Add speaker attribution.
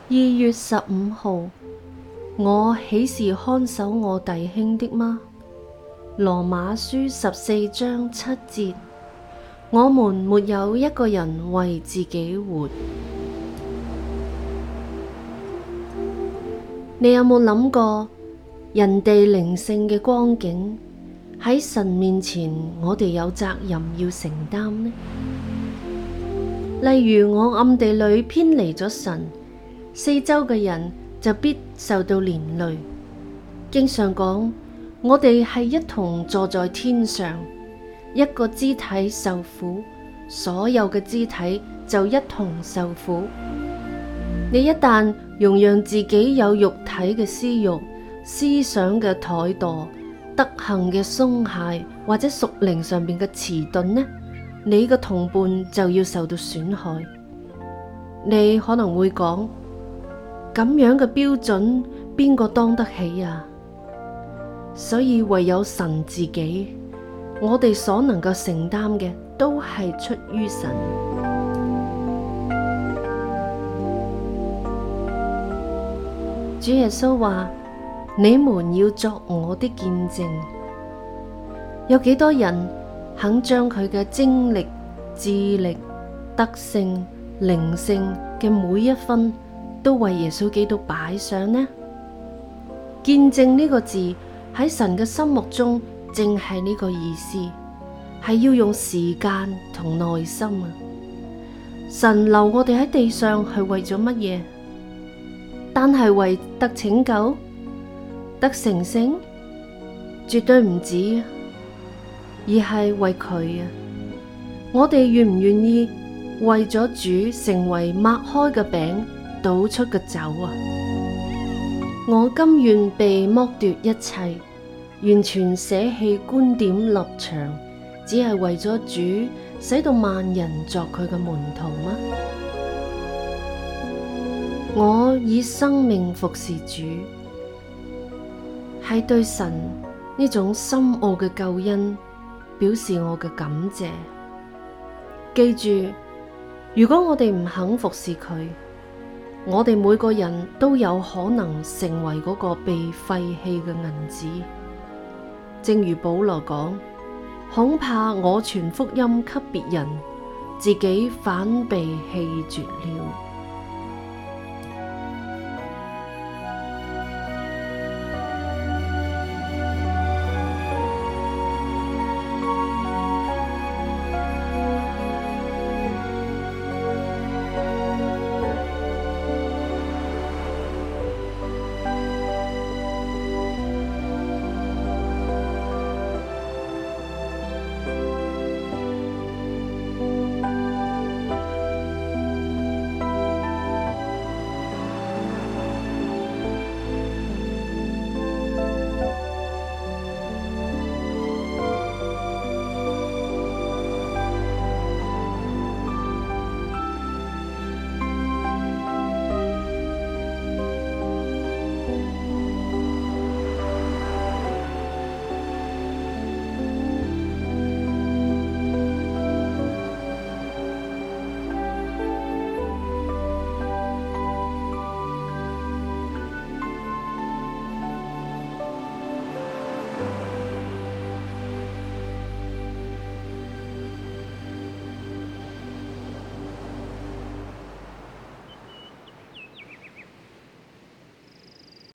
Speaker 1: 2月15號，我豈是看守我弟兄的嗎？羅馬書14章7節，我們沒有一個人為自己活。你有冇諗過人哋靈性嘅光景，喺神面前我哋有責任要承擔呢？例如我暗地裏偏離咗神，四周嘅人就必受到連累。經常講，我哋係一同坐在天上，一個肢體受苦，所有嘅肢體就一同受苦。你一旦容讓自己有肉體嘅私慾、思想嘅怠惰、德行嘅鬆懈，或者屬靈上面嘅遲鈍呢，你嘅同伴就要受到損害。你可能會講，咁樣嘅標準邊個當得起啊？所以唯有神自己，我哋所能夠承擔嘅都係出於神。主耶穌話：你們要作我的見證。有幾多人肯將佢嘅精力、智力、德性、靈性嘅每一分都為耶穌基督擺上呢？見證呢個字喺神嘅心目中正係呢個意思，係要用時間同耐心啊！神留我哋喺地上係為咗乜嘢？單係為得拯救、得成聖？絕對唔止，而係為佢啊！我哋願唔願意為咗主成為擘開嘅餅、倒出嘅酒啊？我甘願被剝奪一切，完全捨棄觀點立場，只係為咗主，使到萬人作佢嘅門徒嗎？我以生命服侍主，係對神呢種深奧嘅救恩表示我嘅感謝。記住，如果我哋唔肯服侍佢，我哋每個人都有可能成為嗰個被廢棄嘅銀子。正如保羅講，恐怕我傳福音給別人，自己反被棄絕了。